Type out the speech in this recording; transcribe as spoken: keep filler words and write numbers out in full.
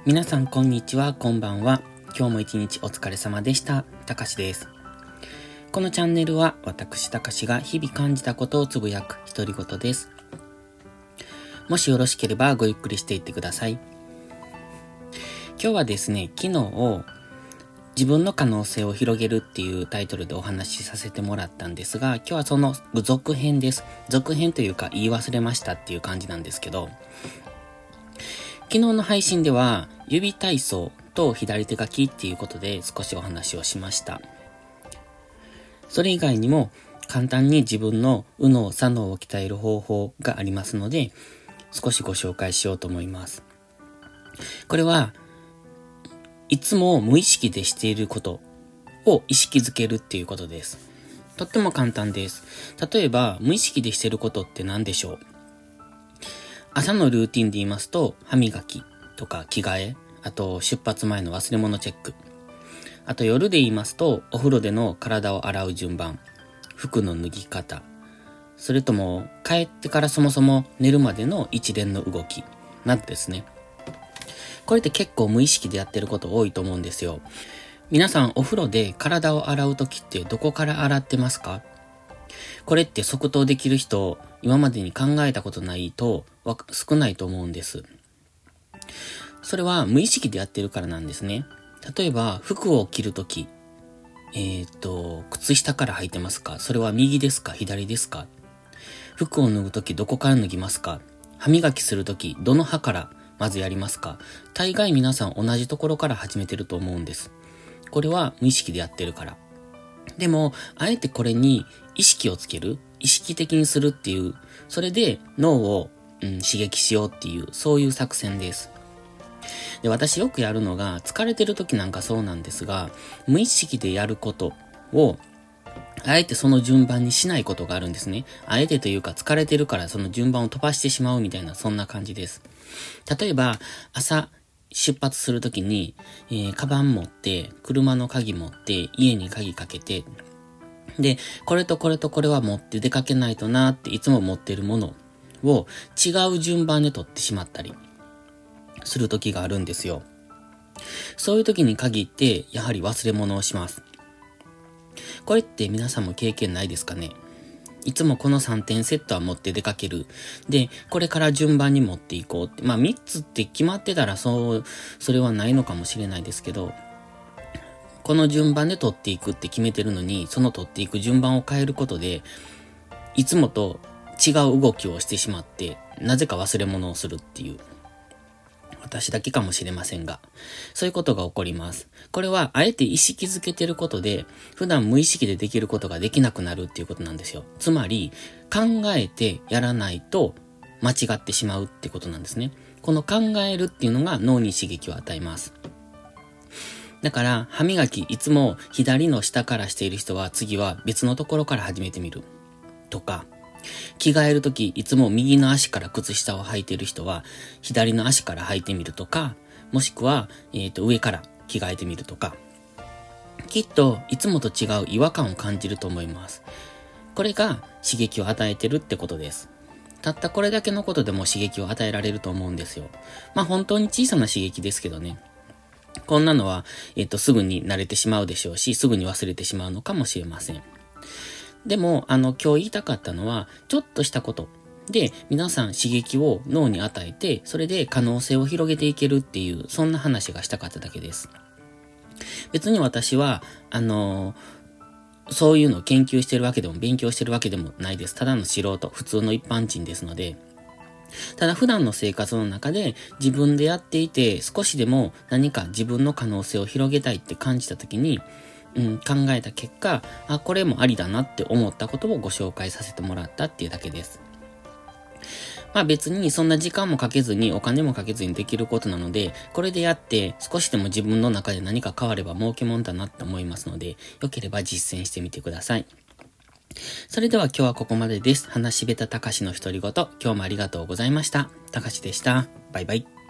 皆さんこんにちは、こんばんは。今日も一日お疲れ様でした。たかしです。このチャンネルは私たかしが日々感じたことをつぶやく独り言です。もしよろしければごゆっくりしていってください。今日はですね、昨日自分の可能性を広げるっていうタイトルでお話しさせてもらったんですが、今日はその続編です。続編というか言い忘れましたっていう感じなんですけど、昨日の配信では指体操と左手書きっていうことで少しお話をしました。それ以外にも簡単に自分の右脳左脳を鍛える方法がありますので、少しご紹介しようと思います。これはいつも無意識でしていることを意識づけるっていうことです。とっても簡単です。例えば無意識でしていることって何でしょう？朝のルーティンで言いますと、歯磨きとか着替え、あと出発前の忘れ物チェック。あと夜で言いますと、お風呂での体を洗う順番、服の脱ぎ方、それとも帰ってからそもそも寝るまでの一連の動きなどですね。これって結構無意識でやってること多いと思うんですよ。皆さんお風呂で体を洗うときってどこから洗ってますか？これって即答できる人、今までに考えたことないと少ないと思うんです。それは無意識でやってるからなんですね。例えば服を着るとき、えっと、靴下から履いてますか？それは右ですか？左ですか？服を脱ぐときどこから脱ぎますか？歯磨きするときどの歯からまずやりますか？大概皆さん同じところから始めてると思うんです。これは無意識でやってるから。でも、あえてこれに意識をつける、意識的にするっていう、それで脳を、うん、刺激しようっていう、そういう作戦です。で、私よくやるのが、疲れてる時なんかそうなんですが、無意識でやることを、あえてその順番にしないことがあるんですね。あえてというか疲れてるからその順番を飛ばしてしまうみたいな、そんな感じです。例えば、朝、出発するときに、えー、カバン持って、車の鍵持って、家に鍵かけて、で、これとこれとこれは持って出かけないとなっていつも持ってるものを違う順番で取ってしまったりするときがあるんですよ。そういうときに限って、やはり忘れ物をします。これって皆さんも経験ないですかね？いつもこのさんてんセットは持って出かける。で、これから順番に持っていこうって。まあみっつって決まってたらそう、それはないのかもしれないですけど、この順番で取っていくって決めてるのに、その取っていく順番を変えることで、いつもと違う動きをしてしまって、なぜか忘れ物をするっていう。私だけかもしれませんが、そういうことが起こります。これはあえて意識づけてることで、普段無意識でできることができなくなるっていうことなんですよ。つまり、考えてやらないと間違ってしまうってことなんですね。この考えるっていうのが脳に刺激を与えます。だから、歯磨きいつも左の下からしている人は次は別のところから始めてみる。とか、着替えるとき、いつも右の足から靴下を履いている人は、左の足から履いてみるとか、もしくは、えっと、上から着替えてみるとか、きっと、いつもと違う違和感を感じると思います。これが刺激を与えてるってことです。たったこれだけのことでも刺激を与えられると思うんですよ。まあ本当に小さな刺激ですけどね。こんなのは、えっと、すぐに慣れてしまうでしょうし、すぐに忘れてしまうのかもしれません。でも、あの、今日言いたかったのは、ちょっとしたことで、皆さん刺激を脳に与えて、それで可能性を広げていけるっていう、そんな話がしたかっただけです。別に私は、あの、そういうのを研究してるわけでも、勉強してるわけでもないです。ただの素人、普通の一般人ですので、ただ普段の生活の中で自分でやっていて、少しでも何か自分の可能性を広げたいって感じたときに、うん、考えた結果、あ、これもありだなって思ったことをご紹介させてもらったっていうだけです。まあ別にそんな時間もかけずにお金もかけずにできることなので、これでやって少しでも自分の中で何か変われば儲けもんだなって思いますので、よければ実践してみてください。それでは今日はここまでです。話しべたたかしの独り言、今日もありがとうございました。たかしでした。バイバイ。